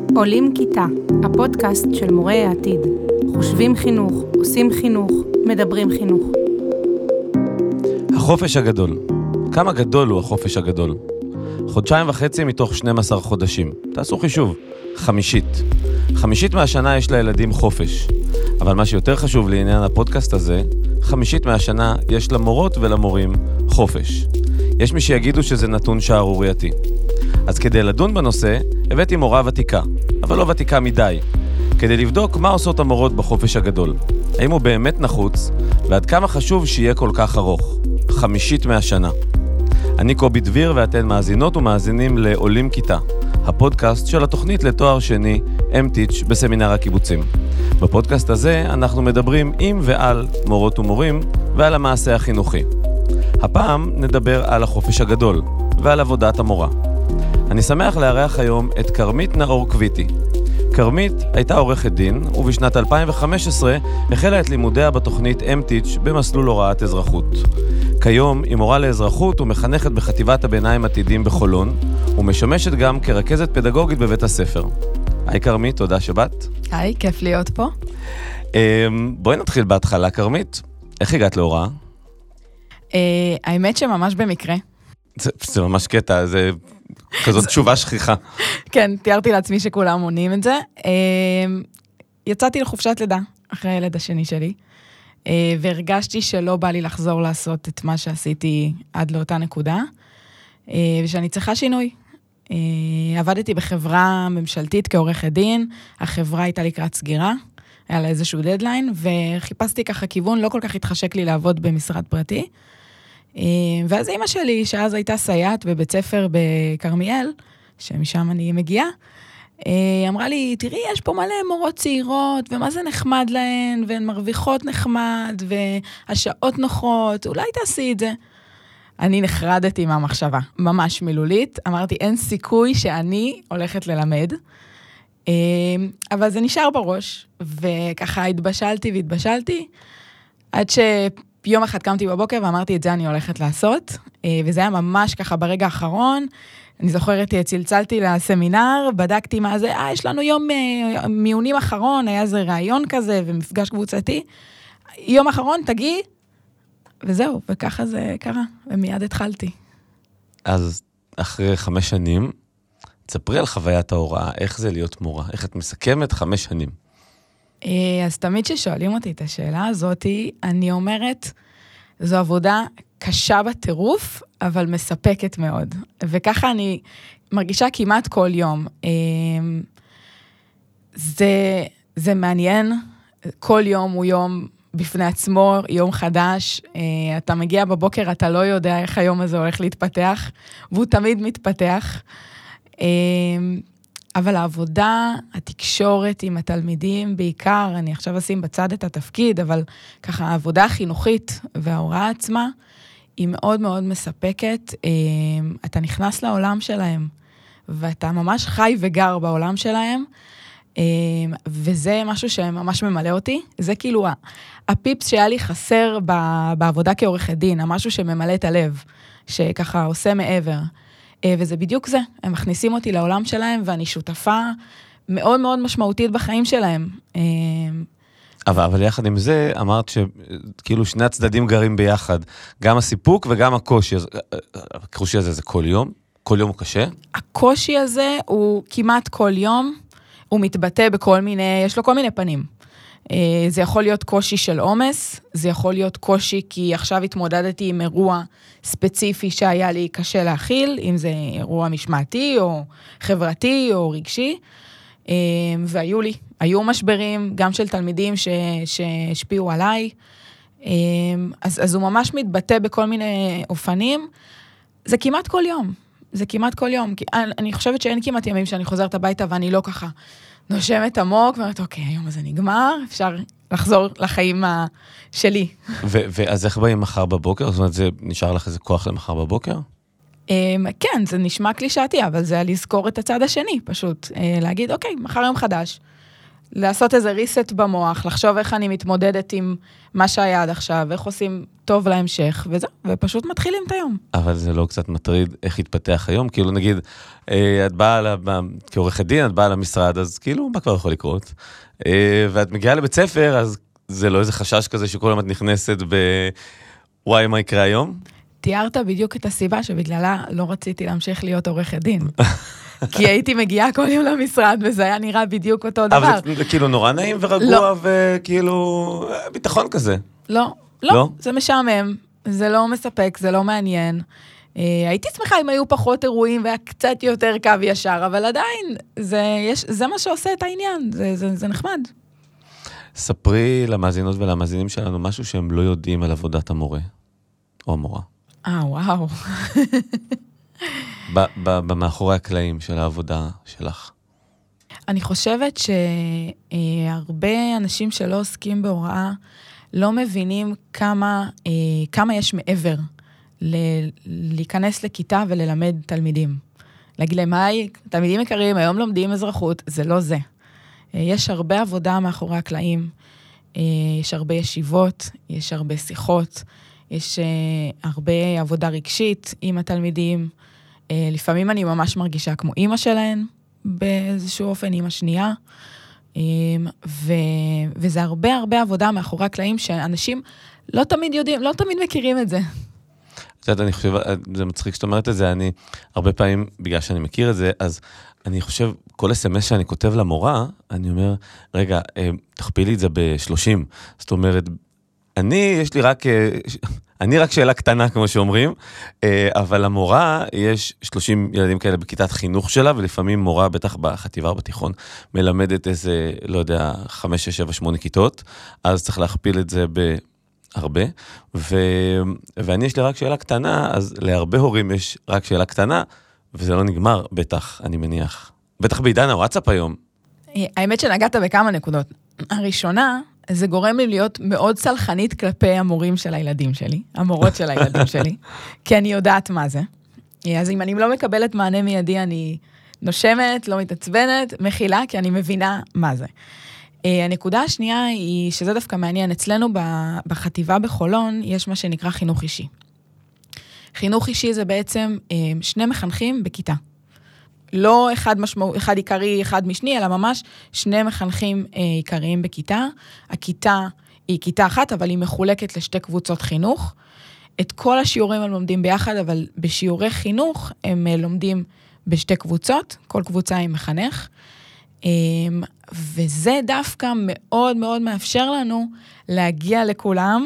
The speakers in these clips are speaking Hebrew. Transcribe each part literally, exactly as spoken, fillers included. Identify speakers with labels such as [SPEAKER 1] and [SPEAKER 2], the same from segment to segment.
[SPEAKER 1] עולים כיתה, הפודקאסט של מורי העתיד. חושבים חינוך, עושים חינוך, מדברים חינוך.
[SPEAKER 2] החופש הגדול. כמה גדול הוא החופש הגדול? חודשיים וחצי מתוך שנים עשר חודשים. תעשו חישוב. חמישית. חמישית מהשנה יש לילדים חופש. אבל מה שיותר חשוב לעניין הפודקאסט הזה, חמישית מהשנה יש למורות ולמורים חופש. יש מי שיגידו שזה נתון שערורייתי. אז כדי לדון בנושא, הבאתי מורה ותיקה, אבל לא ותיקה מדי, כדי לבדוק מה עושות המורות בחופש הגדול. האם הוא באמת נחוץ, ועד כמה חשוב שיהיה כל כך ארוך. חמישית מהשנה. אני קובי דביר ואתן מאזינות ומאזינים לעולים כיתה, הפודקאסט של התוכנית לתואר שני אמ-טיץ' בסמינר הקיבוצים. בפודקאסט הזה אנחנו מדברים עם ועל מורות ומורים ועל המעשה החינוכי. הפעם נדבר על החופש הגדול ועל עבודת המורה. אני שמח לארח היום את קרמית נאור קוויטי. קרמית הייתה עורכת דין, ובשנת אלפיים וחמש עשרה החלה את לימודיה בתוכנית אמ-טיץ' במסלול הוראת אזרחות. כיום היא מורה לאזרחות ומחנכת בחטיבת הביניים עתידים בחולון, ומשמשת גם כרכזת פדגוגית בבית הספר. היי קרמית, תודה שבאת.
[SPEAKER 3] היי, כיף להיות פה.
[SPEAKER 2] בואי נתחיל בהתחלה, קרמית. איך הגעת להוראה?
[SPEAKER 3] האמת שממש במקרה.
[SPEAKER 2] זה, זה ממש קטע, זה כזאת תשובה שכיחה.
[SPEAKER 3] כן, תיארתי לעצמי שכולם עונים את זה. יצאתי לחופשת לידה אחרי הילד השני שלי, והרגשתי שלא בא לי לחזור לעשות את מה שעשיתי עד לאותה נקודה, ושאני צריכה שינוי. עבדתי בחברה ממשלתית כעורכת דין, החברה הייתה לקראת סגירה, היה לה איזשהו דדליין, וחיפשתי ככה כיוון, לא כל כך התחשק לי לעבוד במשרד פרטי, ואז אמא שלי, שאז הייתה סייעת בבית ספר בקרמיאל, שמשם אני מגיעה, אמרה לי, תראי, יש פה מלא מורות צעירות, ומה זה נחמד להן, והן מרוויחות נחמד, והשעות נוחות, אולי תעשי את זה. אני נחרדתי מהמחשבה, ממש מילולית, אמרתי, אין סיכוי שאני הולכת ללמד, אבל זה נשאר בראש, וככה התבשלתי והתבשלתי, עד שיום אחד קמתי בבוקר ואמרתי, את זה אני הולכת לעשות, וזה היה ממש ככה ברגע האחרון, אני זוכרת, צלצלתי לסמינר, בדקתי מה זה, אה, יש לנו יום מיונים אחרון, היה איזה רעיון כזה, ומפגש קבוצתי, יום אחרון, תגיעי, וזהו, וככה זה קרה, ומיד התחלתי.
[SPEAKER 2] אז אחרי חמש שנים, תספרי על חוויית ההוראה, איך זה להיות מורה, איך את מסכמת חמש שנים?
[SPEAKER 3] אז תמיד ששואלים אותי את השאלה הזאת, אני אומרת, זו עבודה קשה בטירוף, אבל מספקת מאוד. וככה אני מרגישה כמעט כל יום. זה, זה מעניין, כל יום הוא יום בפני עצמו, יום חדש, אתה מגיע בבוקר, אתה לא יודע איך היום הזה הולך להתפתח, והוא תמיד מתפתח. אבל העבודה, התקשורת עם התלמידים, בעיקר, אני עכשיו אשים בצד את התפקיד, אבל ככה העבודה החינוכית וההוראה עצמה, היא מאוד מאוד מספקת. אתה נכנס לעולם שלהם, ואתה ממש חי וגר בעולם שלהם, וזה משהו שממש ממלא אותי. זה כאילו הפיפס שהיה לי חסר בעבודה כעורכת דין, המשהו שממלא את הלב, שככה עושה מעבר. וזה בדיוק זה, הם מכניסים אותי לעולם שלהם, ואני שותפה מאוד מאוד משמעותית בחיים שלהם.
[SPEAKER 2] אבל, אבל יחד עם זה, אמרת שכאילו שני הצדדים גרים ביחד, גם הסיפוק וגם הקושי. הקושי הזה זה כל יום? כל יום הוא קשה?
[SPEAKER 3] הקושי הזה הוא כמעט כל יום, הוא מתבטא בכל מיני, יש לו כל מיני פנים. זה יכול להיות קושי של עומס, זה יכול להיות קושי כי עכשיו התמודדתי עם אירוע ספציפי שהיה לי קשה להכיל, אם זה אירוע משמעתי או חברתי או רגשי, והיו לי, היו משברים גם של תלמידים ש, שהשפיעו עליי, אז, אז הוא ממש מתבטא בכל מיני אופנים, זה כמעט כל יום, זה כמעט כל יום, כי אני, אני חושבת שאין כמעט ימים שאני חוזרת הביתה ואני לא ככה, נושמת עמוק, ואומרת, אוקיי, היום הזה נגמר, אפשר לחזור לחיים שלי.
[SPEAKER 2] ואז איך באים מחר בבוקר? זאת אומרת, זה נשאר לך איזה כוח למחר בבוקר?
[SPEAKER 3] כן, זה נשמע קלישאתי, אבל זה לזכור את הצד השני, פשוט. להגיד, אוקיי, מחר יום חדש. לעשות איזה ריסט במוח, לחשוב איך אני מתמודדת עם מה שהיה עד עכשיו, איך עושים טוב להמשך, וזה, ופשוט מתחילים את היום.
[SPEAKER 2] אבל זה לא קצת מטריד איך יתפתח היום? כאילו נגיד, את באה, כעורכת דין, את באה למשרד, אז כאילו, מה כבר יכול לקרות? ואת מגיעה לבית ספר, אז זה לא איזה חשש כזה שכל יום את נכנסת ב... וואי, מה יקרה היום?
[SPEAKER 3] תיארת בדיוק את הסיבה שבגללה לא רציתי להמשיך להיות עורכת דין. כי הייתי מגיעה כל יום למשרד, וזה היה נראה בדיוק אותו דבר.
[SPEAKER 2] אבל זה כאילו נורא נעים ורגוע, וכאילו ביטחון כזה.
[SPEAKER 3] לא, לא, זה משעמם, זה לא מספק, זה לא מעניין. הייתי שמחה אם היו פחות אירועים, והיה קצת יותר קו ישר, אבל עדיין, זה מה שעושה את העניין, זה נחמד.
[SPEAKER 2] ספרי למאזינות ולמאזינים שלנו משהו שהם לא יודעים על עבודת המורה, או המורה.
[SPEAKER 3] אה, וואו.
[SPEAKER 2] במאחורי הקלעים של העבודה שלך.
[SPEAKER 3] אני חושבת שהרבה אנשים שלא עוסקים בהוראה, לא מבינים כמה, כמה יש מעבר להיכנס לכיתה וללמד תלמידים. להגיד להם, היי, תלמידים יקרים, היום לומדים אזרחות, זה לא זה. יש הרבה עבודה מאחורי הקלעים, יש הרבה ישיבות, יש הרבה שיחות, יש הרבה עבודה רגשית עם התלמידים, לפעמים אני ממש מרגישה כמו אימא שלהן, באיזשהו אופן, אימא שנייה, ו, וזה הרבה הרבה עבודה מאחורי הקלעים, שאנשים לא תמיד יודעים, לא תמיד מכירים את זה.
[SPEAKER 2] את יודעת, אני חושב, זה מצחיק שאת אומרת את זה, אני הרבה פעמים, בגלל שאני מכיר את זה, אז אני חושב, כל אס אם אס שאני כותב למורה, אני אומר, רגע, תכפילי את זה ב-שלושים. זאת אומרת, אני, יש לי רק, אני רק שאלה קטנה, כמו שאומרים, אבל למורה, יש שלושים ילדים כאלה בכיתת חינוך שלה, ולפעמים מורה, בטח בחטיבה או בתיכון, מלמדת איזה, לא יודע, חמש, שש, שבע, שמונה כיתות, אז צריך להכפיל את זה בהרבה, ו... ואני יש לי רק שאלה קטנה, אז להרבה הורים יש רק שאלה קטנה, וזה לא נגמר, בטח, אני מניח. בטח בעידן הוואטסאפ היום.
[SPEAKER 3] האמת שנגעת בכמה נקודות. הראשונה, זה גורם לי להיות מאוד סלחנית כלפי המורים של הילדים שלי, המורות של הילדים שלי, כי אני יודעת מה זה. אז אם אני לא מקבלת מענה מיידי, אני נושמת, לא מתעצבנת, מכילה, כי אני מבינה מה זה. הנקודה השנייה היא, שזה דווקא מעניין, אצלנו בחטיבה בחולון, יש מה שנקרא חינוך אישי. חינוך אישי זה בעצם שני מחנכים בכיתה. לא אחד משמעות, אחד עיקרי, אחד משני, אלא ממש שני מחנכים אה, עיקריים בכיתה. הכיתה היא כיתה אחת, אבל היא מחולקת לשתי קבוצות חינוך. את כל השיעורים הם לומדים ביחד, אבל בשיעורי חינוך הם אה, לומדים בשתי קבוצות, כל קבוצה היא מחנך. אה, וזה דווקא מאוד מאוד מאפשר לנו להגיע לכולם,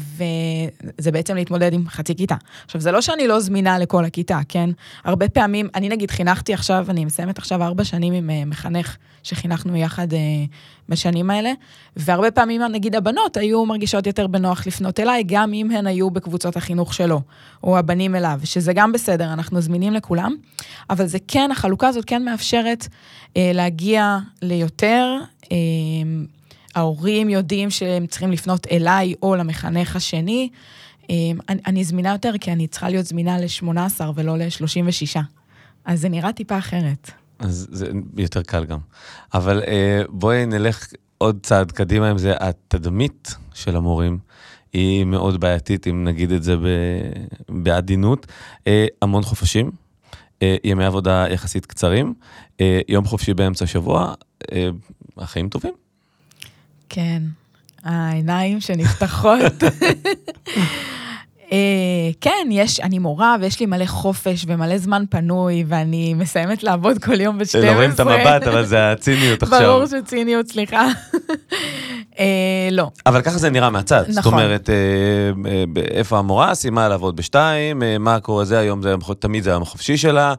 [SPEAKER 3] וזה בעצם להתמודד עם חצי כיתה. עכשיו, זה לא שאני לא זמינה לכל הכיתה, כן? הרבה פעמים, אני נגיד חינכתי עכשיו, אני מסיימת עכשיו ארבע שנים עם מחנך שחינכנו יחד בשנים האלה, והרבה פעמים, נגיד, הבנות היו מרגישות יותר בנוח לפנות אליי, גם אם הן היו בקבוצות החינוך שלו, או הבנים אליו, שזה גם בסדר, אנחנו זמינים לכולם, אבל זה כן, החלוקה הזאת כן מאפשרת אה, להגיע ליותר, אה, ההורים יודעים שהם צריכים לפנות אליי או למחנך השני, אני, אני זמינה יותר כי אני צריכה להיות זמינה ל-שמונה עשרה ולא ל-שלושים ושש. אז זה נראה טיפה אחרת.
[SPEAKER 2] אז זה יותר קל גם. אבל בואי נלך עוד צעד קדימה עם זה. התדמית של המורים היא מאוד בעייתית, אם נגיד את זה בעדינות. המון חופשים, ימי עבודה יחסית קצרים, יום חופשי באמצע שבוע, החיים טובים.
[SPEAKER 3] כן, העיניים שנפתחות. כן, יש, אני מורה ויש לי מלא חופש ומלא זמן פנוי, ואני מסיימת לעבוד כל יום ב-שתים עשרה.
[SPEAKER 2] לא רואים את המבט, אבל זה הציניות עכשיו.
[SPEAKER 3] ברור שציניות, סליחה. לא.
[SPEAKER 2] אבל ככה זה נראה מהצד. זאת אומרת, איפה המורה, סיימה לעבוד בשתיים, מה קורה זה היום, תמיד זה היום החופשי שלה,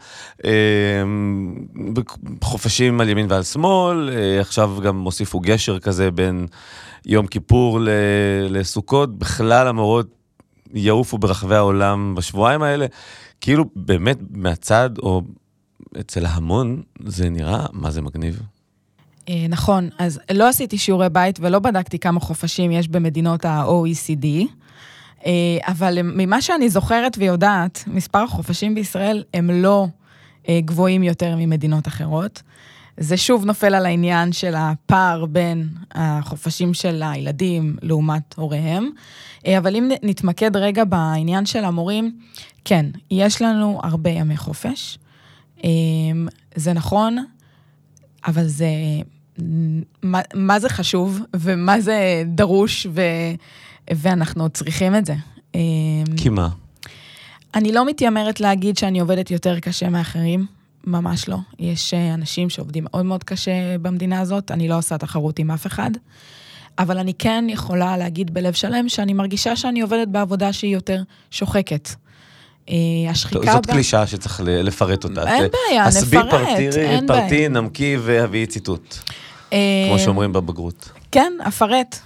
[SPEAKER 2] חופשים על ימין ועל שמאל, עכשיו גם מוסיפו גשר כזה בין יום כיפור לסוכות, בכלל המורות יעופו ברחבי העולם בשבועיים האלה, כאילו באמת מהצד או אצל ההמון זה נראה מה זה מגניב.
[SPEAKER 3] נכון, אז לא עשיתי שיעורי בית ולא בדקתי כמה חופשים יש במדינות ה-או אי סי די, אבל ממה שאני זוכרת ויודעת, מספר החופשים בישראל הם לא גבוהים יותר ממדינות אחרות. זה שוב נופל על העניין של הפער בין החופשים של הילדים לעומת הוריהם, אבל אם נתמקד רגע בעניין של המורים, כן, יש לנו הרבה ימי חופש, זה נכון, אבל זה, מה, מה זה חשוב ומה זה דרוש ו, ואנחנו צריכים את זה.
[SPEAKER 2] כי מה?
[SPEAKER 3] אני לא מתיימרת להגיד שאני עובדת יותר קשה מאחרים, ממש לא. יש אנשים שעובדים מאוד מאוד קשה במדינה הזאת, אני לא עושה תחרות עם אף אחד, אבל אני כן יכולה להגיד בלב שלם שאני מרגישה שאני עובדת בעבודה שהיא יותר שוחקת. השחיקה...
[SPEAKER 2] זאת קלישה שצריך לפרט אותה.
[SPEAKER 3] אין בעיה, נפרט, אין בעיה.
[SPEAKER 2] פרטי, נמקי והביא ציטוט, כמו שאומרים בבגרות.
[SPEAKER 3] כן, אפרט.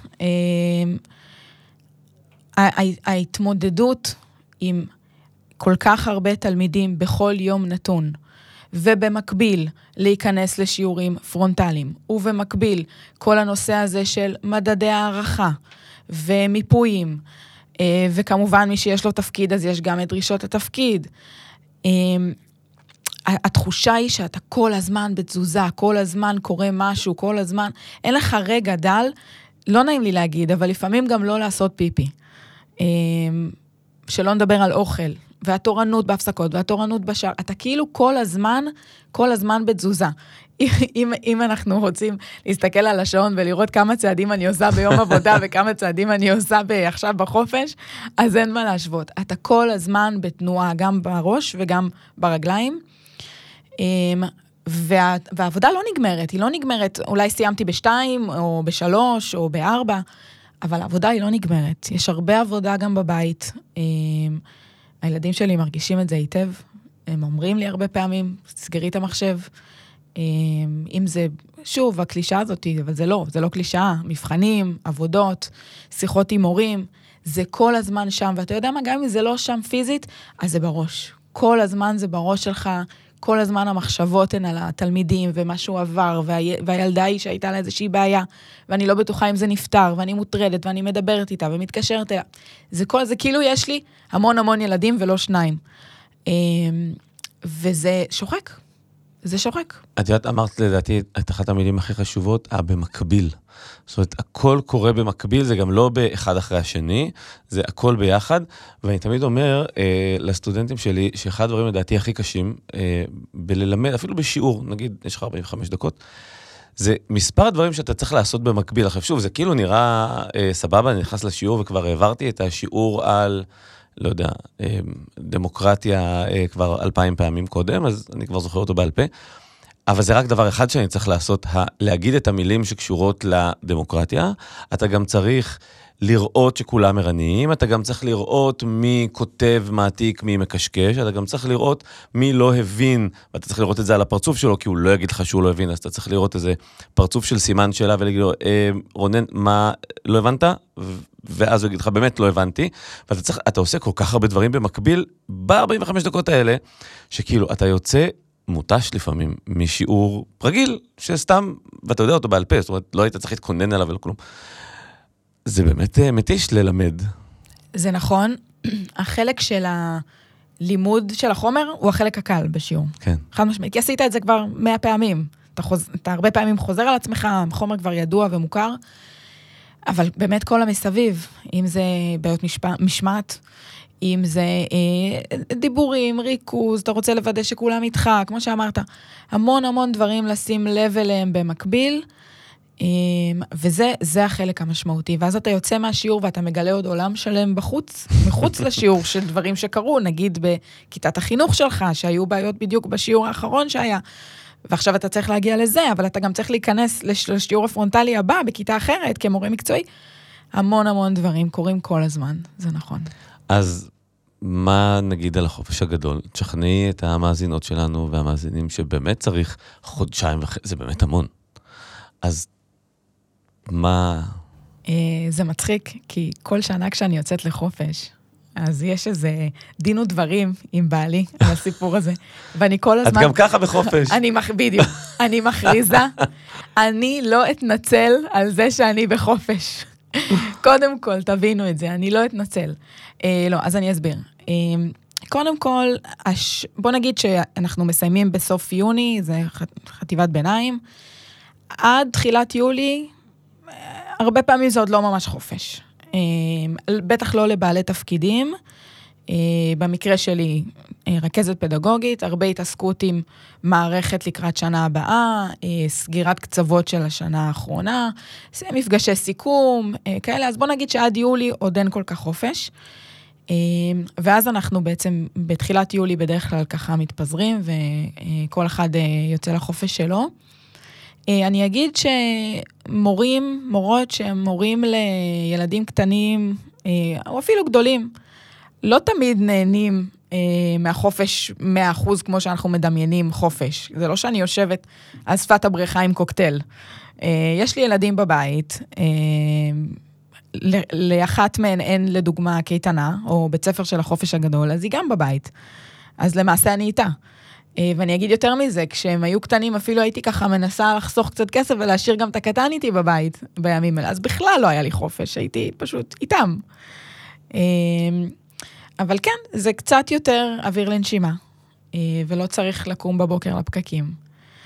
[SPEAKER 3] ההתמודדות עם כל כך הרבה תלמידים בכל יום נתון, ובמקביל להיכנס לשיעורים פרונטליים, ובמקביל כל הנושא הזה של מדדי הערכה ומיפויים, וכמובן מי שיש לו תפקיד, אז יש גם את דרישות התפקיד. התחושה היא שאתה כל הזמן בתזוזה, כל הזמן קורה משהו, כל הזמן, אין לך רגע דל, לא נעים לי להגיד, אבל לפעמים גם לא לעשות פיפי. שלא נדבר על אוכל, והתורנות בהפסקות, והתורנות בשער, אתה כאילו כל הזמן, כל הזמן בתזוזה. אם, אם אנחנו רוצים להסתכל על השעון ולראות כמה צעדים אני עושה ביום עבודה, וכמה צעדים אני עושה עכשיו בחופש, אז אין מה להשוות. אתה כל הזמן בתנועה, גם בראש וגם ברגליים, וה, והעבודה לא נגמרת, היא לא נגמרת, אולי סיימתי בשתיים, או בשלוש, או בארבע, אבל העבודה היא לא נגמרת. יש הרבה עבודה גם בבית. הילדים שלי מרגישים את זה היטב. הם אומרים לי הרבה פעמים, סגרי את המחשב. אם זה, שוב, הקלישה הזאת, אבל זה לא, זה לא קלישה. מבחנים, עבודות, שיחות עם הורים, זה כל הזמן שם. ואתה יודע מה, גם אם זה לא שם פיזית, אז זה בראש. כל הזמן זה בראש שלך, כל הזמן המחשבות הן על התלמידים, ומה שהוא עבר, וה... והילדה היא שהייתה לה איזושהי בעיה, ואני לא בטוחה אם זה נפטר, ואני מוטרדת, ואני מדברת איתה, ומתקשרת אליה. זה כל, זה כאילו יש לי המון המון ילדים, ולא שניים. וזה שוחק. זה שוחק.
[SPEAKER 2] את יודעת, אמרת לדעתי, את אחת המילים הכי חשובות, אה, במקביל. זאת אומרת, הכל קורה במקביל, זה גם לא באחד אחרי השני, זה הכל ביחד, ואני תמיד אומר אה, לסטודנטים שלי, שאחד הדברים לדעתי הכי קשים, אה, בללמד, אפילו בשיעור, נגיד, יש לך ארבעים וחמש דקות, זה מספר דברים שאתה צריך לעשות במקביל. עכשיו, שוב, זה כאילו נראה אה, סבבה, אני נכנס לשיעור וכבר העברתי את השיעור על... לא יודע, דמוקרטיה כבר אלפיים פעמים קודם, אז אני כבר זוכר אותו בעל פה, אבל זה רק דבר אחד שאני צריך לעשות, להגיד את המילים שקשורות לדמוקרטיה, אתה גם צריך לראות שכולם ערניים, אתה גם צריך לראות מי כותב, מעתיק, מי מקשקש, אתה גם צריך לראות מי לא הבין, ואתה צריך לראות את זה על הפרצוף שלו, כי הוא לא יגיד לך שהוא לא הבין, אז אתה צריך לראות איזה פרצוף של סימן שאלה, ולהגיד לו, אה, רונן, מה, לא הבנת? ואז הוא יגיד לך, באמת לא הבנתי, ואתה צריך, אתה עושה כל כך הרבה דברים במקביל, ב-ארבעים וחמש דקות האלה, שכאילו, אתה יוצא מוטש לפעמים, משיעור רגיל, שסתם, ואתה יודע אותו בעל פה, זאת אומרת, לא היית צריך להתכונן אליו ולא כלום. זה באמת מתיש ללמד. זה
[SPEAKER 3] נכון. החלק של הלימוד של החומר הוא החלק הקל בשיעור.
[SPEAKER 2] כן.
[SPEAKER 3] חד משמעית. כי עשית את זה כבר מאה פעמים. אתה, חוז... אתה הרבה פעמים חוזר על עצמך, החומר כבר ידוע ומוכר, אבל באמת כל המסביב, אם זה בעיות משפ... משמעת, אם זה אה, דיבורים, ריכוז, אתה רוצה לוודא שכולם איתך, כמו שאמרת, המון המון דברים לשים לב אליהם במקביל, וזה זה החלק המשמעותי, ואז אתה יוצא מהשיעור ואתה מגלה עוד עולם שלם בחוץ, מחוץ לשיעור של דברים שקרו, נגיד בכיתת החינוך שלך, שהיו בעיות בדיוק בשיעור האחרון שהיה, ועכשיו אתה צריך להגיע לזה, אבל אתה גם צריך להיכנס לשיעור הפרונטלי הבא, בכיתה אחרת, כמורה מקצועי. המון המון דברים קורים כל הזמן, זה נכון.
[SPEAKER 2] אז מה נגיד על החופש הגדול? תשכנעי את המאזינות שלנו והמאזינים שבאמת צריך חודשיים וחצי, זה באמת המון. אז מה?
[SPEAKER 3] זה מצחיק, כי כל שנה כשאני יוצאת לחופש, אז יש איזה דין ודברים עם בעלי על הסיפור הזה, ואני כל הזמן...
[SPEAKER 2] את גם ככה בחופש.
[SPEAKER 3] אני מח... בדיוק, אני מכריזה, אני לא אתנצל על זה שאני בחופש. קודם כל, תבינו את זה, אני לא אתנצל. לא, אז אני אסביר. קודם כל, הש... בוא נגיד שאנחנו מסיימים בסוף יוני, זה חטיבת ביניים, עד תחילת יולי, הרבה פעמים זה עוד לא ממש חופש. בטח לא לבעלי תפקידים, במקרה שלי רכזת פדגוגית, הרבה התעסקות עם מערכת לקראת שנה הבאה, סגירת קצוות של השנה האחרונה, מפגשי סיכום, כאלה, אז בוא נגיד שעד יולי עוד אין כל כך חופש, ואז אנחנו בעצם בתחילת יולי בדרך כלל ככה מתפזרים, וכל אחד יוצא לחופש שלו. אני אגיד שמורים, מורות שהם מורים לילדים קטנים, או אפילו גדולים, לא תמיד נהנים מהחופש מאה אחוז כמו שאנחנו מדמיינים חופש. זה לא שאני יושבת על שפת הבריכה עם קוקטייל. יש לי ילדים בבית, לאחת מהן אין לדוגמה קייטנה, או בית ספר של החופש הגדול, אז היא גם בבית. אז למעשה אני איתה. ואני אגיד יותר מזה, כשהם היו קטנים, אפילו הייתי ככה מנסה לחסוך קצת כסף, ולהשאיר גם את הקטן איתי בבית בימים האלה. אז בכלל לא היה לי חופש, הייתי פשוט איתם. אבל כן, זה קצת יותר אוויר לנשימה, ולא צריך לקום בבוקר לפקקים.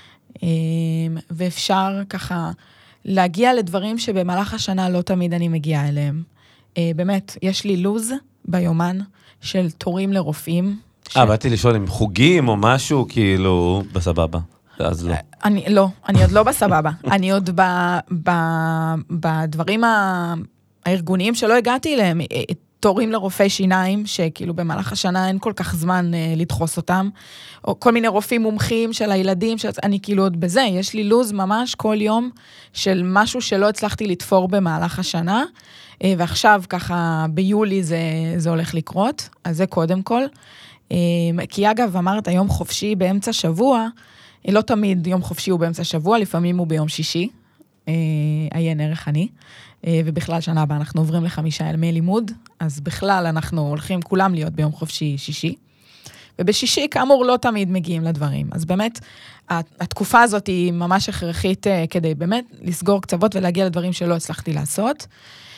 [SPEAKER 3] ואפשר ככה להגיע לדברים שבמהלך השנה לא תמיד אני מגיעה אליהם. באמת, יש לי לוז ביומן של תורים לרופאים.
[SPEAKER 2] אה, באתי לשאול אם חוגים או משהו, כאילו, בסבבה. אז לא.
[SPEAKER 3] אני, לא, אני עוד לא בסבבה. אני עוד ב, ב, בדברים הארגוניים שלא הגעתי אליהם, תורים לרופאי שיניים, שכאילו במהלך השנה אין כל כך זמן לדחוס אותם, או כל מיני רופאים מומחים של הילדים, שאני כאילו עוד בזה, יש לי לוז ממש כל יום של משהו שלא הצלחתי לתפור במהלך השנה, ועכשיו ככה ביולי זה, זה הולך לקרות, אז זה קודם כל. כי אגב, אמרת, יום חופשי באמצע שבוע, לא תמיד יום חופשי הוא באמצע שבוע, לפעמים הוא ביום שישי, עיין ערך אני, ובכלל שנה הבאה אנחנו עוברים לחמישה ימי לימוד, אז בכלל אנחנו הולכים כולם להיות ביום חופשי שישי, ובשישי כאמור לא תמיד מגיעים לדברים, אז באמת התקופה הזאת היא ממש הכרחית כדי באמת לסגור קצוות ולהגיע לדברים שלא הצלחתי לעשות,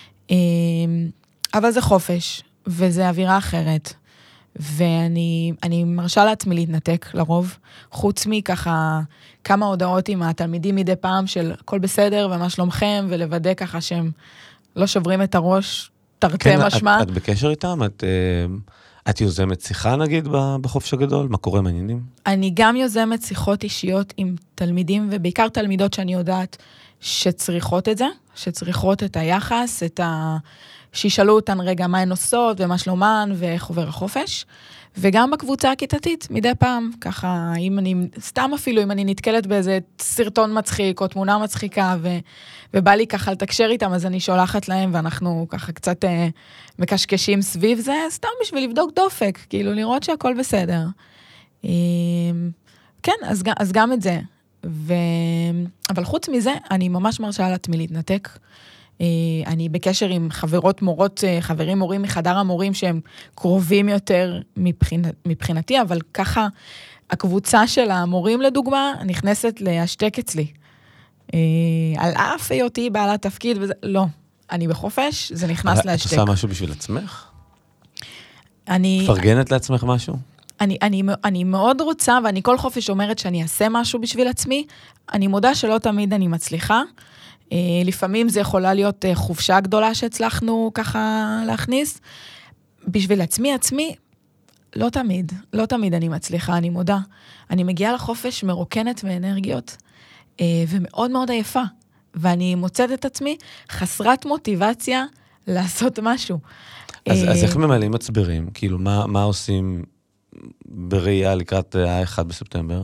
[SPEAKER 3] אבל זה חופש, וזה אווירה אחרת, ואני אני מרשה לעצמי להתנתק לרוב, חוץ מככה כמה הודעות עם התלמידים מדי פעם של הכל בסדר ומה שלומכם, ולוודא ככה שהם לא שוברים את הראש, תרתי
[SPEAKER 2] כן,
[SPEAKER 3] משמע.
[SPEAKER 2] את, את בקשר איתם? את, את יוזמת שיחה נגיד בחופש הגדול? מה קורה מעניינים?
[SPEAKER 3] אני גם יוזמת שיחות אישיות עם תלמידים, ובעיקר תלמידות שאני יודעת שצריכות את זה, שצריכות את היחס, את ה... שישאלו אותן רגע מה הן עושות ומה שלומן ואיך עובר החופש, וגם בקבוצה הכיתתית, מדי פעם, ככה, אם אני, סתם אפילו, אם אני נתקלת באיזה סרטון מצחיק או תמונה מצחיקה, ו, ובא לי ככה לתקשר איתם, אז אני שולחת להם, ואנחנו ככה קצת אה, מקשקשים סביב זה, סתם בשביל לבדוק דופק, כאילו לראות שהכל בסדר. אה, כן, אז, אז גם את זה. ו... אבל חוץ מזה, אני ממש מרשה לעצמי להתנתק, אני בקשר עם חברות מורות, חברים מורים מחדר המורים שהם קרובים יותר מבחינת, מבחינתי, אבל ככה הקבוצה של המורים לדוגמה נכנסת להשתק אצלי. על אף היותי בעלת תפקיד, וזה, לא, אני בחופש, זה נכנס להשתק.
[SPEAKER 2] את עושה משהו בשביל עצמך?
[SPEAKER 3] אני...
[SPEAKER 2] פרגנת לעצמך משהו?
[SPEAKER 3] אני, אני, אני מאוד רוצה, ואני כל חופש אומרת שאני אעשה משהו בשביל עצמי, אני מודה שלא תמיד אני מצליחה, לפעמים זה יכולה להיות חופשה גדולה שהצלחנו ככה להכניס. בשביל עצמי עצמי, לא תמיד, לא תמיד אני מצליחה, אני מודה. אני מגיעה לחופש מרוקנת מאנרגיות, ומאוד מאוד עייפה. ואני מוצאת את עצמי חסרת מוטיבציה לעשות משהו.
[SPEAKER 2] אז, אז איך ממלאים מצברים? כאילו, מה, מה עושים בראייה לקראת ה-אחד בספטמבר?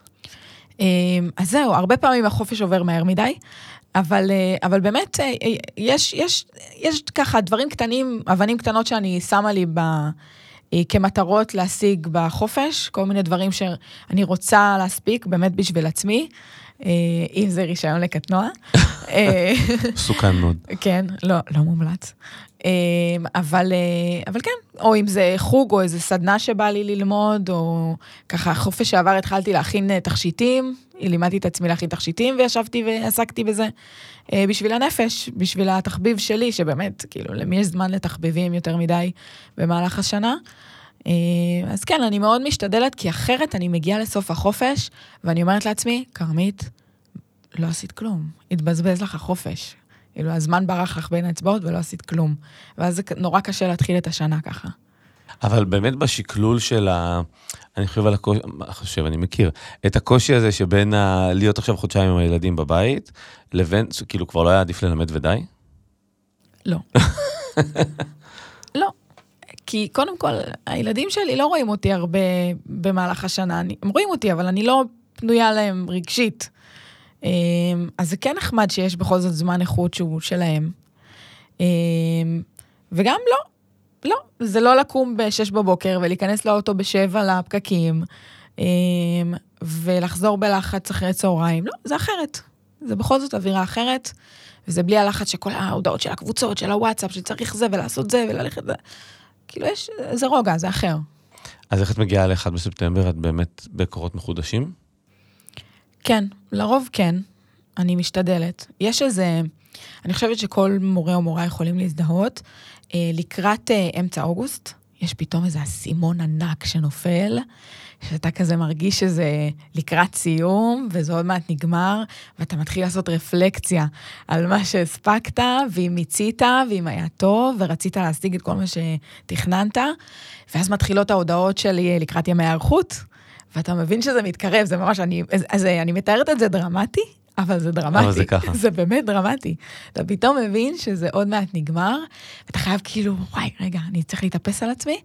[SPEAKER 3] אז זהו, הרבה פעמים החופש עובר מהר מדי, אבל, אבל באמת, יש, יש, יש ככה דברים קטנים, אבנים קטנות שאני שמה לי ב, כמטרות להשיג בחופש, כל מיני דברים שאני רוצה להספיק באמת בשביל עצמי, אם זה רישיון לקטנוע.
[SPEAKER 2] סוכן מאוד.
[SPEAKER 3] כן, לא, לא מומלץ. אבל, אבל כן, או אם זה חוג או איזה סדנה שבא לי ללמוד, או ככה חופש שעבר התחלתי להכין תכשיטים, לימדתי את עצמי להכין תכשיטים, וישבתי ועסקתי בזה בשביל הנפש, בשביל התחביב שלי, שבאמת, כאילו, למי יש זמן לתחביבים יותר מדי במהלך השנה. אז כן, אני מאוד משתדלת, כי אחרת אני מגיעה לסוף החופש, ואני אומרת לעצמי, קרמית, לא עשית כלום, התבזבז לך החופש. כאילו, הזמן ברח לך בין האצבעות ולא עשית כלום. ואז זה נורא קשה להתחיל את השנה ככה.
[SPEAKER 2] אבל באמת בשקלול של ה... אני חושב על הקושי, חושב, אני מכיר, את הקושי הזה שבין ה... להיות עכשיו חודשיים עם הילדים בבית, לבין, כאילו כבר לא היה עדיף ללמד ודי?
[SPEAKER 3] לא. לא. כי קודם כל, הילדים שלי לא רואים אותי הרבה במהלך השנה. אני, הם רואים אותי, אבל אני לא פנויה להם רגשית. אז זה כן נחמד שיש בכל זאת זמן איכות שהוא שלהם. וגם לא. לא, זה לא לקום בשש בבוקר ולהיכנס לאוטו בשבע לפקקים, ולחזור בלחץ אחרי צהריים. לא, זה אחרת. זה בכל זאת אווירה אחרת, וזה בלי הלחץ שכל ההודעות של הקבוצות, של הוואטסאפ, שצריך זה ולעשות זה וללכת זה. כאילו יש, זה רוגע, זה אחר.
[SPEAKER 2] אז איך את מגיעה ל-אחד בספטמבר? את באמת בקורות מחודשים?
[SPEAKER 3] כן, לרוב כן. אני משתדלת. יש איזה, אני חושבת שכל מורה או מורה יכולים להזדהות, לקראת אמצע אוגוסט, יש פתאום איזה סימון ענק שנופל, שאתה כזה מרגיש שזה לקראת סיום, וזה עוד מעט נגמר, ואתה מתחיל לעשות רפלקציה על מה שהספקת, ואם מיצית, ואם היה טוב, ורצית להשיג את כל מה שתכננת, ואז מתחילות ההודעות שלי לקראת ימי הערכות, ואתה מבין שזה מתקרב, זה ממש, אני, אז, אז אני מתארת את זה דרמטי, אבל זה דרמטי.
[SPEAKER 2] אבל זה ככה.
[SPEAKER 3] זה באמת דרמטי. אתה פתאום מבין שזה עוד מעט נגמר, ואתה חייב כאילו, וואי, רגע, אני צריך להתאפס על עצמי.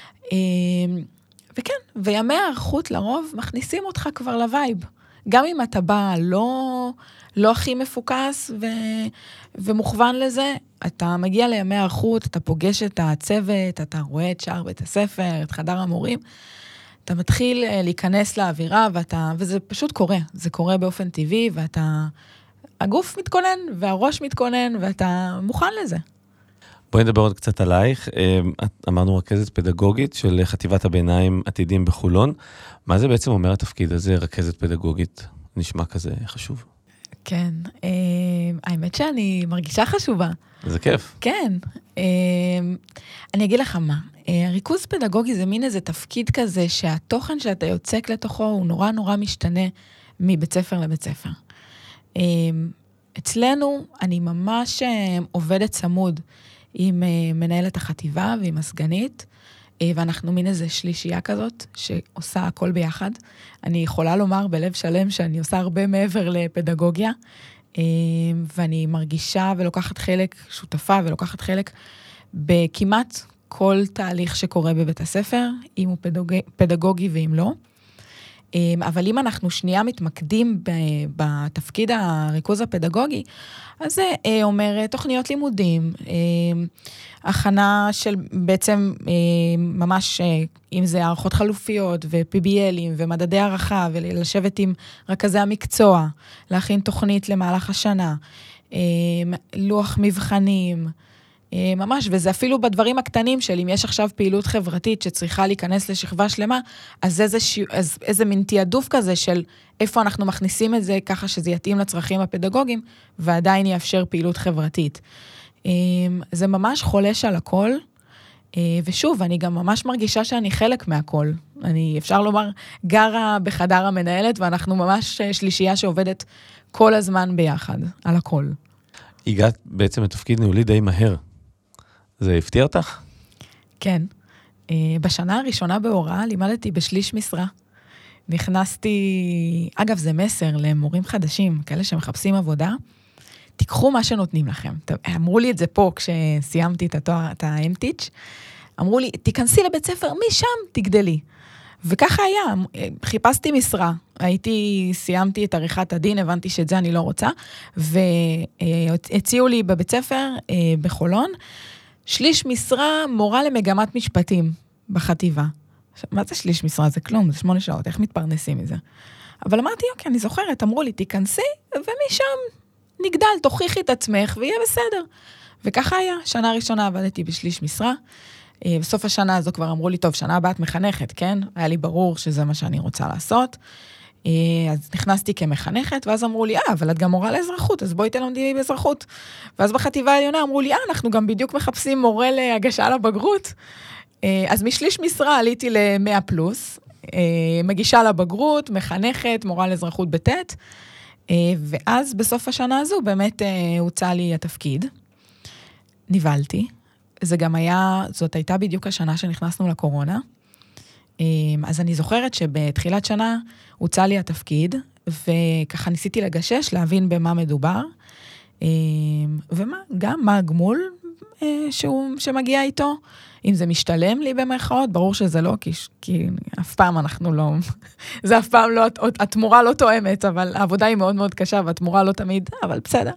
[SPEAKER 3] וכן, וימי הערכות לרוב מכניסים אותך כבר לווייב. גם אם אתה בא לא, לא הכי מפוקס ו, ומוכוון לזה, אתה מגיע לימי הערכות, אתה פוגש את הצוות, אתה רואה את שער בית הספר, את חדר המורים, אתה מתחיל להיכנס לאווירה, ואתה, וזה פשוט קורה, זה קורה באופן טבעי, ואתה, הגוף מתכונן, והראש מתכונן, ואתה מוכן לזה.
[SPEAKER 2] בואי נדבר עוד קצת עלייך. אמרנו רכזת פדגוגית של חטיבת הביניים עתידים בחולון. מה זה בעצם אומר התפקיד הזה, רכזת פדגוגית? נשמע כזה חשוב.
[SPEAKER 3] כן, האמת שאני מרגישה חשובה.
[SPEAKER 2] זה כיף.
[SPEAKER 3] כן. אני אגיד לך מה, ריכוז פדגוגי זה מין איזה תפקיד כזה, שהתוכן שאתה יוצק לתוכו הוא נורא נורא משתנה מבית ספר לבית ספר. אצלנו אני ממש עובדת צמוד עם מנהלת החטיבה ועם הסגנית, ואנחנו מין איזה שלישייה כזאת שעושה הכל ביחד. אני יכולה לומר בלב שלם שאני עושה הרבה מעבר לפדגוגיה, ואני מרגישה ולוקחת חלק, שותפה ולוקחת חלק בכמעט כל תהליך שקורה בבית הספר, אם הוא פדגוגי, פדגוגי ואם לא. אבל אם אנחנו שנייה מתמקדים בתפקיד הריכוז הפדגוגי, אז זה אומר תוכניות לימודים, הכנה של בעצם ממש, אם זה הערכות חלופיות ו-פי בי אל'ים ומדדי הערכה, ולשבת עם רכזי המקצוע, להכין תוכנית למהלך השנה, לוח מבחנים, ממש, וזה אפילו בדברים הקטנים של אם יש עכשיו פעילות חברתית שצריכה להיכנס לשכבה שלמה, אז איזה, ש... אז איזה מין תיעדוף כזה של איפה אנחנו מכניסים את זה ככה שזה יתאים לצרכים הפדגוגיים, ועדיין יאפשר פעילות חברתית. זה ממש חולש על הכל, ושוב, אני גם ממש מרגישה שאני חלק מהכל. אני, אפשר לומר, גרה בחדר המנהלת, ואנחנו ממש שלישייה שעובדת כל הזמן ביחד, על הכל.
[SPEAKER 2] הגעת בעצם לתפקיד ניהולי די מהר. זה הפתיע אותך?
[SPEAKER 3] כן. בשנה הראשונה בהוראה לימדתי בשליש משרה. נכנסתי, אגב, זה מסר למורים חדשים, כאלה שמחפשים עבודה, תיקחו מה שנותנים לכם. אמרו לי את זה פה כשסיימתי את התואר, את ה-אמ-טיץ', אמרו לי, תיכנסי לבית ספר, משם תגדלי. וככה היה, חיפשתי משרה, הייתי, סיימתי את עריכת הדין, הבנתי שאת זה אני לא רוצה, והציעו לי בבית ספר בחולון, שליש משרה מורה למגמת משפטים בחטיבה. מה זה שליש משרה? זה כלום, זה שמונה שעות, איך מתפרנסים מזה? אבל אמרתי, אוקיי, אני זוכרת, אמרו לי, תיכנסי, ומשם נגדל, תוכיחי את עצמך, ויהיה בסדר. וככה היה, שנה ראשונה עבדתי בשליש משרה, בסוף השנה הזו כבר אמרו לי, טוב, שנה הבאה את מחנכת, כן? היה לי ברור שזה מה שאני רוצה לעשות. אז נכנסתי כמחנכת, ואז אמרו לי, אה, אבל את גם מורה לאזרחות, אז בואי תלמדי באזרחות. ואז בחטיבה העליונה אמרו לי, אה, אנחנו גם בדיוק מחפשים מורה להגשה לבגרות. אז משליש משרה עליתי ל-מאה פלוס, מגישה לבגרות, מחנכת, מורה לאזרחות בטט, ואז בסוף השנה הזו באמת הוצא לי התפקיד. נבלתי. זה גם היה, זאת הייתה בדיוק השנה שנכנסנו לקורונה. אז אני זוכרת שבתחילת שנה הוצא לי התפקיד, וככה ניסיתי לגשש, להבין במה מדובר, ומה, גם מה הגמול שהוא, שמגיע איתו, אם זה משתלם לי במרכאות, ברור שזה לא, כי, כי אף פעם אנחנו לא, זה אף פעם לא, התמורה לא תואמת, אבל העבודה היא מאוד מאוד קשה, והתמורה לא תמיד, אבל בסדר.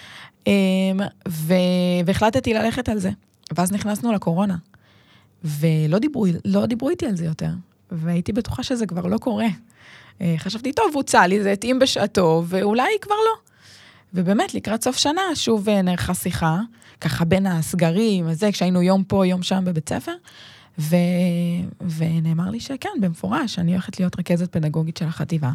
[SPEAKER 3] ו, והחלטתי ללכת על זה. ואז נכנסנו לקורונה, ולא דיברו, לא דיברו איתי על זה יותר, והייתי בטוחה שזה כבר לא קורה. חשבתי, טוב, הוצא לי, זה התאים בשעתו, ואולי כבר לא. ובאמת, לקראת סוף שנה, שוב נערכה שיחה, ככה בין הסגרים, הזה, כשהיינו יום פה, יום שם בבית ספר, ו... ונאמר לי שכן, במפורש, אני הולכת להיות רכזת פדגוגית של החטיבה.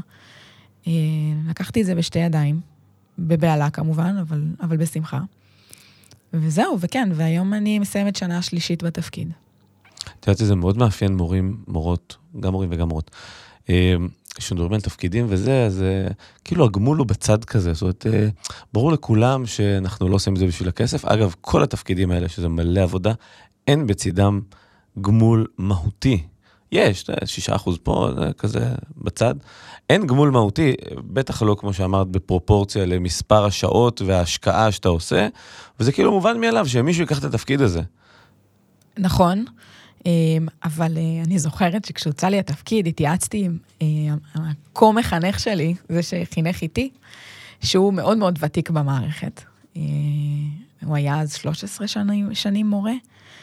[SPEAKER 3] לקחתי את זה בשתי ידיים, בבעלה כמובן, אבל, אבל בשמחה. וזהו, וכן, והיום אני מסיימת שנה שלישית בתפקיד.
[SPEAKER 2] את יודעת, זה מאוד מאפיין מורים, מורות, גם מורים וגם מורות. כשמדברים על תפקידים וזה, אז כאילו הגמול הוא בצד כזה, זאת אומרת, ברור לכולם שאנחנו לא עושים את זה בשביל הכסף. אגב, כל התפקידים האלה, שזה מלא עבודה, אין בצדם גמול מהותי. יש, שישה אחוז פה, כזה בצד. אין גמול מהותי, בטח לא כמו שאמרת, בפרופורציה למספר השעות וההשקעה שאתה עושה, וזה כאילו מובן מאליו שמישהו ייקח את התפקיד הזה.
[SPEAKER 3] נכון, אבל אני זוכרת שכשהוצא לי התפקיד, התייעצתי עם הקו מחנך שלי, זה שחינך איתי, שהוא מאוד מאוד ותיק במערכת. הוא היה אז שלוש עשרה שנים, שנים מורה,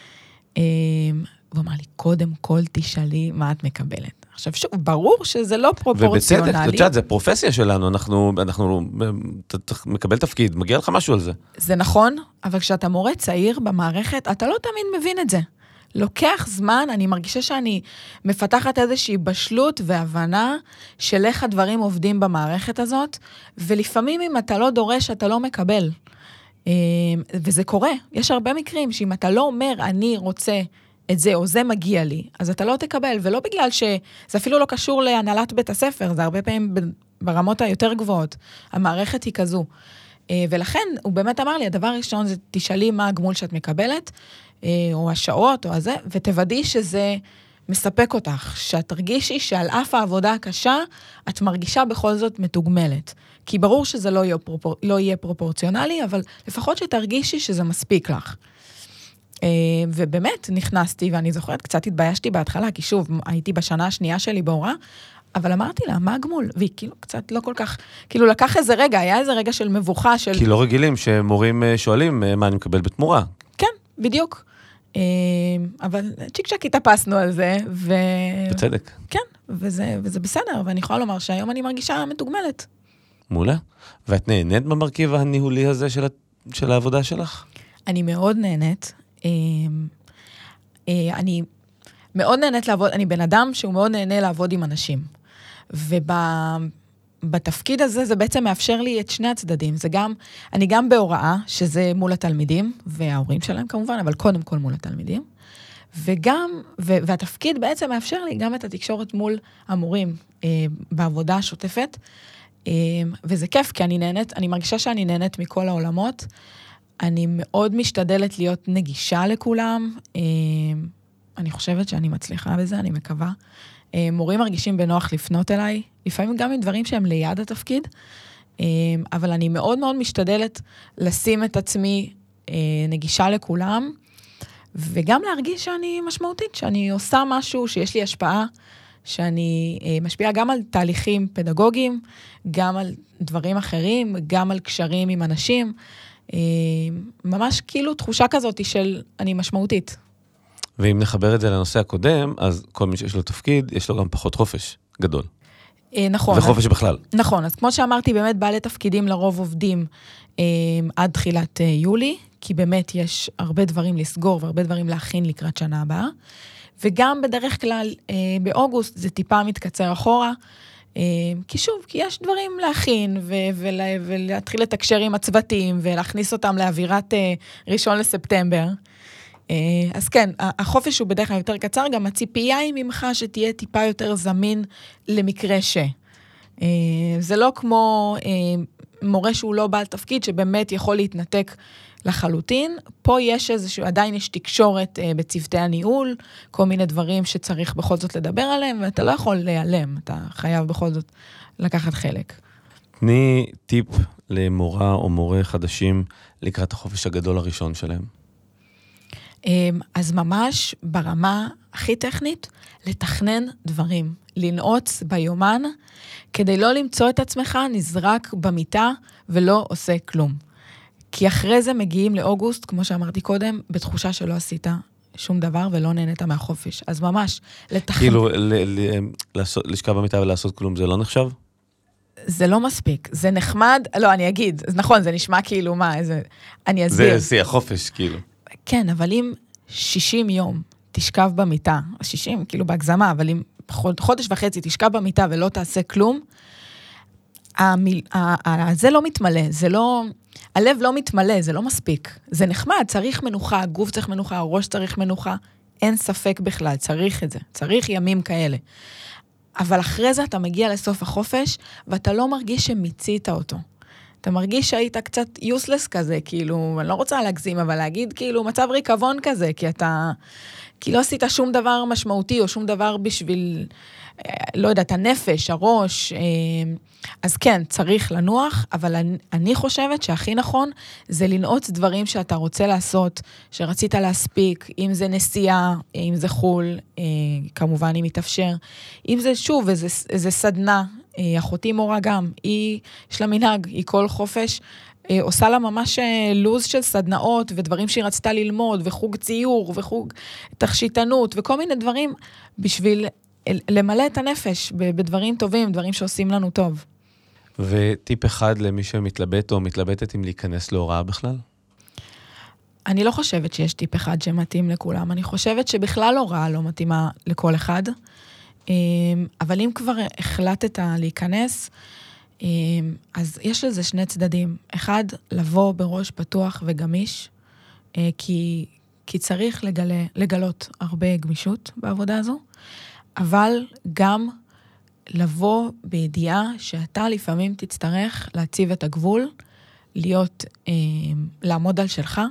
[SPEAKER 3] והוא אמר לי, קודם כל תשאלי מה את מקבלת. עכשיו שוב, ברור שזה לא פרופורציונלי.
[SPEAKER 2] ובצדק, תשעת, זה פרופסיה שלנו, אנחנו, אנחנו מקבל תפקיד, מגיע לך משהו על זה.
[SPEAKER 3] זה נכון, אבל כשאתה מורה צעיר במערכת, אתה לא תמיד מבין את זה. לוקח זמן, אני מרגישה שאני מפתחת איזושהי בשלות והבנה של איך הדברים עובדים במערכת הזאת, ולפעמים אם אתה לא דורש, אתה לא מקבל. וזה קורה. יש הרבה מקרים שאם אתה לא אומר, אני רוצה את זה, או זה מגיע לי, אז אתה לא תקבל, ולא בגלל שזה אפילו לא קשור להנהלת בית הספר, זה הרבה פעמים ברמות היותר גבוהות. המערכת היא כזו. ולכן הוא באמת אמר לי, הדבר הראשון זה תשאלי מה הגמול שאת מקבלת, או השעות, או הזה, ותוודאי שזה מספק אותך, שאת תרגישי שעל אף העבודה הקשה, את מרגישה בכל זאת מתוגמלת. כי ברור שזה לא יהיה, פרופור, לא יהיה פרופורציונלי, אבל לפחות שתרגישי שזה מספיק לך. ובאמת נכנסתי, ואני זוכרת, קצת התביישתי בהתחלה, כי שוב, הייתי בשנה השנייה שלי בהוראה, אבל אמרתי לה, מה הגמול? והיא כאילו קצת לא כל כך, כאילו לקח איזה רגע, היה איזה רגע של מבוכה של...
[SPEAKER 2] כי לא רגילים שמורים שואלים מה אני מקבל בתמורה.
[SPEAKER 3] כן, בדיוק. אבל צ'יק צ'ק התאפסנו על זה, ו...
[SPEAKER 2] בצדק.
[SPEAKER 3] כן, וזה, וזה בסדר, ואני יכולה לומר שהיום אני מרגישה מתוגמלת.
[SPEAKER 2] מעולה. ואת נהנית במרכיב הניהולי הזה של, של העבודה שלך? אני
[SPEAKER 3] מאוד נהנית. אני מאוד נהנית לעבוד, אני בן אדם שהוא מאוד נהנה לעבוד עם אנשים. ובתפקיד הזה זה בעצם מאפשר לי את שני הצדדים. זה גם, אני גם בהוראה, שזה מול התלמידים, וההורים שלהם כמובן, אבל קודם כל מול התלמידים. וגם, והתפקיד בעצם מאפשר לי גם את התקשורת מול המורים בעבודה השוטפת. וזה כיף, כי אני נהנית, אני מרגישה שאני נהנית מכל העולמות. אני מאוד משתדלת להיות נגישה לכולם. אני חושבת שאני מצליחה בזה, אני מקווה. מורים מרגישים בנוח לפנות אליי, לפעמים גם עם דברים שהם ליד התפקיד, אבל אני מאוד מאוד משתדלת לשים את עצמי נגישה לכולם, וגם להרגיש שאני משמעותית, שאני עושה משהו, שיש לי השפעה, שאני משפיעה גם על תהליכים פדגוגיים, גם על דברים אחרים, גם על קשרים עם אנשים, ממש כאילו תחושה כזאת של אני משמעותית.
[SPEAKER 2] ואם נחבר את זה לנושא הקודם, אז כל מי שיש לו תפקיד, יש לו גם פחות חופש גדול.
[SPEAKER 3] נכון.
[SPEAKER 2] וחופש בכלל.
[SPEAKER 3] נכון, אז כמו שאמרתי, באמת בעלי תפקידים לרוב עובדים עד תחילת יולי, כי באמת יש הרבה דברים לסגור והרבה דברים להכין לקראת שנה הבאה, וגם בדרך כלל באוגוסט זה טיפה מתקצר אחורה, כי שוב, כי יש דברים להכין ולהתחיל לתקשר עם הצוותים ולהכניס אותם לאווירת ראשון לספטמבר. אז כן, החופש הוא בדרך כלל יותר קצר, גם הציפייה היא ממך שתהיה טיפה יותר זמין למקרה ש. זה לא כמו מורה שהוא לא בעל תפקיד, שבאמת יכול להתנתק לחלוטין. פה יש איזשהו, עדיין יש תקשורת בצוותי הניהול, כל מיני דברים שצריך בכל זאת לדבר עליהם, ואתה לא יכול להיעלם, אתה חייב בכל זאת לקחת חלק.
[SPEAKER 2] תני טיפ למורה או מורה חדשים לקראת החופש הגדול הראשון שלהם.
[SPEAKER 3] אז ממש ברמה הכי טכנית, לתכנן דברים, לנעוץ ביומן, כדי לא למצוא את עצמך נזרק במיטה ולא עושה כלום. כי אחרי זה מגיעים לאוגוסט, כמו שאמרתי קודם, בתחושה שלא עשית שום דבר ולא נהנית מהחופש. אז ממש, לתכנן.
[SPEAKER 2] כאילו, לשכב במיטה ולעשות כלום, זה לא נחשב?
[SPEAKER 3] זה לא מספיק, זה נחמד, לא, אני אגיד, נכון, זה נשמע כאילו מה, איזה, אני אסביר.
[SPEAKER 2] זה שיא החופש, כאילו. כן,
[SPEAKER 3] אבל אם שישים יום תשכב במיטה, שישים, כאילו בהגזמה, אבל אם חודש וחצי תשכב במיטה ולא תעשה כלום, המיל, זה לא מתמלא, זה לא, הלב לא מתמלא, זה לא מספיק. זה נחמד, צריך מנוחה, הגוף צריך מנוחה, הראש צריך מנוחה, אין ספק בכלל, צריך את זה, צריך ימים כאלה. אבל אחרי זה אתה מגיע לסוף החופש, ואתה לא מרגיש שמיצית אותו. אתה מרגיש שהיית קצת useless כזה, כאילו, אני לא רוצה להגזים, אבל להגיד כאילו מצב ריקבון כזה, כי אתה, כי לא עשית שום דבר משמעותי, או שום דבר בשביל, לא יודעת, הנפש, הראש, אז כן, צריך לנוח, אבל אני, אני חושבת שהכי נכון, זה לנעוץ דברים שאתה רוצה לעשות, שרצית להספיק, אם זה נסיעה, אם זה חול, כמובן אם יתאפשר, אם זה שוב, איזה, איזה סדנה, אחותי מורה גם, היא, יש לה מנהג, היא כל חופש, עושה לה ממש לוז של סדנאות, ודברים שהיא רצתה ללמוד, וחוג ציור, וחוג תכשיטנות, וכל מיני דברים, בשביל למלא את הנפש, בדברים טובים, דברים שעושים לנו טוב.
[SPEAKER 2] וטיפ אחד למי שמתלבט או מתלבטת אם להיכנס להוראה בכלל?
[SPEAKER 3] אני לא חושבת שיש טיפ אחד שמתאים לכולם, אני חושבת שבכלל הוראה לא מתאימה לכל אחד, אבל אם כבר החלטת להיכנס, אז יש לזה שני צדדים. אחד, לבוא בראש פתוח וגמיש, כי, כי צריך לגלה, לגלות הרבה גמישות בעבודה הזו, אבל גם לבוא בידיעה שאתה לפעמים תצטרך להציב את הגבול, להיות, לעמוד על שלך,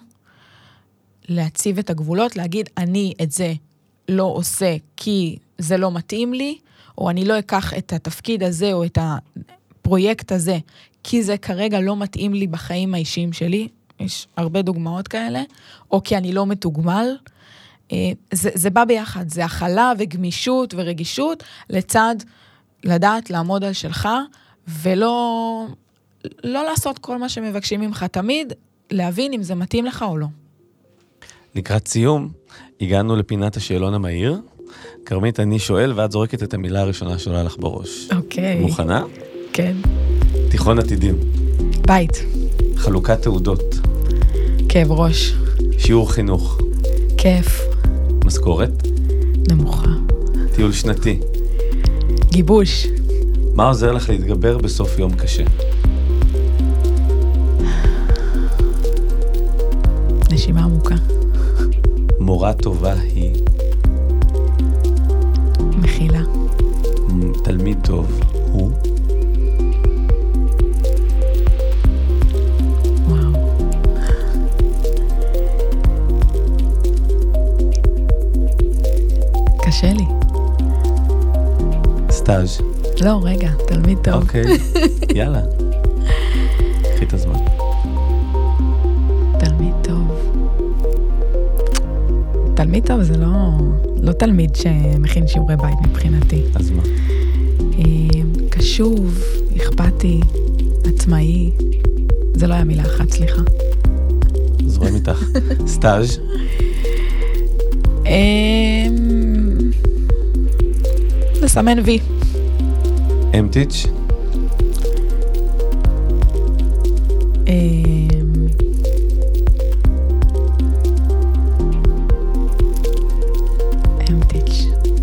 [SPEAKER 3] להציב את הגבולות, להגיד, אני את זה לא עושה כי זה לא מתאים לי, או אני לא אקח את התפקיד הזה, או את הפרויקט הזה, כי זה כרגע לא מתאים לי בחיים האישיים שלי, יש הרבה דוגמאות כאלה, או כי אני לא מתוגמל, זה, זה בא ביחד, זה הכלה וגמישות ורגישות, לצד לדעת לעמוד על שלך, ולא לא לעשות כל מה שמבקשים ממך תמיד, להבין אם זה מתאים לך או לא.
[SPEAKER 2] לקראת סיום, הגענו לפינת השאלון המהיר. כרמית, אני שואל, ואת זורקת את המילה הראשונה שעולה לך בראש.
[SPEAKER 3] אוקיי.
[SPEAKER 2] מוכנה?
[SPEAKER 3] כן.
[SPEAKER 2] תיכון עתידים.
[SPEAKER 3] בית.
[SPEAKER 2] חלוקת תעודות.
[SPEAKER 3] כאב ראש.
[SPEAKER 2] שיעור חינוך.
[SPEAKER 3] כיף.
[SPEAKER 2] משכורת.
[SPEAKER 3] נמוכה.
[SPEAKER 2] טיול שנתי.
[SPEAKER 3] גיבוש.
[SPEAKER 2] מה עוזר לך להתגבר בסוף יום קשה?
[SPEAKER 3] נשימה עמוקה.
[SPEAKER 2] מורה טובה היא?
[SPEAKER 3] מכילה.
[SPEAKER 2] תלמיד טוב הוא?
[SPEAKER 3] וואו. קשה לי.
[SPEAKER 2] סטאז'.
[SPEAKER 3] לא, רגע, תלמיד טוב.
[SPEAKER 2] אוקיי, יאללה. קחי את הזמן.
[SPEAKER 3] תלמיד טוב. תלמיד טוב זה לא, לא תלמיד שמכין שיעורי בית מבחינתי.
[SPEAKER 2] אז מה?
[SPEAKER 3] קשוב, אכפתי, עצמאי. זה לא היה מילה אחת, סליחה.
[SPEAKER 2] זורם איתך. סטאז'.
[SPEAKER 3] לסמן וי.
[SPEAKER 2] אמטיץ'.
[SPEAKER 3] אמטיץ'.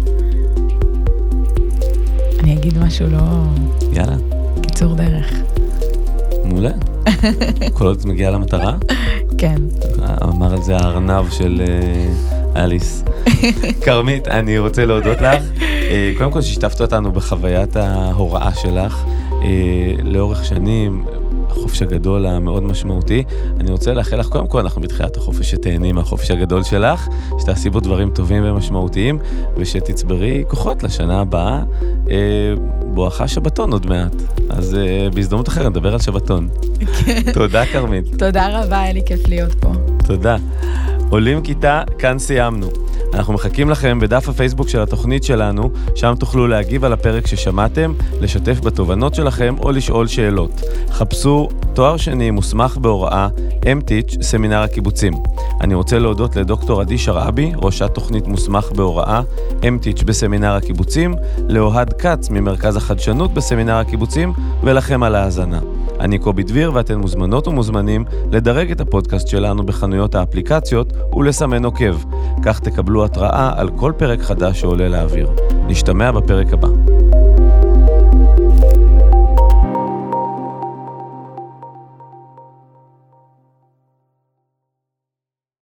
[SPEAKER 3] אני אגיד משהו לא...
[SPEAKER 2] יאללה.
[SPEAKER 3] קיצור דרך.
[SPEAKER 2] מעולה. כל עוד מגיעה למטרה?
[SPEAKER 3] כן.
[SPEAKER 2] אמר על זה הארנב של אליס. כרמית, אני רוצה להודות לך. קודם כל ששיתפת אותנו בחוויית ההוראה שלך. לאורך שנים, החופש הגדול המאוד משמעותי. אני רוצה לאחל לך, קודם כל, אנחנו בתחילת החופש שתהני מהחופש הגדול שלך, שתעשי בו דברים טובים ומשמעותיים, ושתצברי כוחות לשנה הבאה, אה, בואכה שבתון עוד מעט. אז אה, בהזדמנות אחרת נדבר על שבתון. תודה, כרמית.
[SPEAKER 3] תודה רבה, היה לי כיף להיות פה.
[SPEAKER 2] תודה. עולים כיתה, כאן סיימנו. אנחנו מחכים לכם בדף הפייסבוק של התוכנית שלנו, שם תוכלו להגיב על הפרק ששמעתם, לשתף בתובנות שלכם או לשאול שאלות. חפשו תואר שני מוסמך בהוראה, M-Teach, סמינר הקיבוצים. אני רוצה להודות לדוקטור עדי שרעבי, ראשת תוכנית מוסמך בהוראה, M-Teach בסמינר הקיבוצים, לאוהד קץ ממרכז החדשנות בסמינר הקיבוצים, ולכם על ההאזנה. אני קובי דביר ואתן מוזמנות ומוזמנים לדרג את הפודקאסט שלנו בחנויות האפליקציות ולסמן עוקב. כך תקבלו התראה על כל פרק חדש שעולה לאוויר. נשתמע בפרק הבא.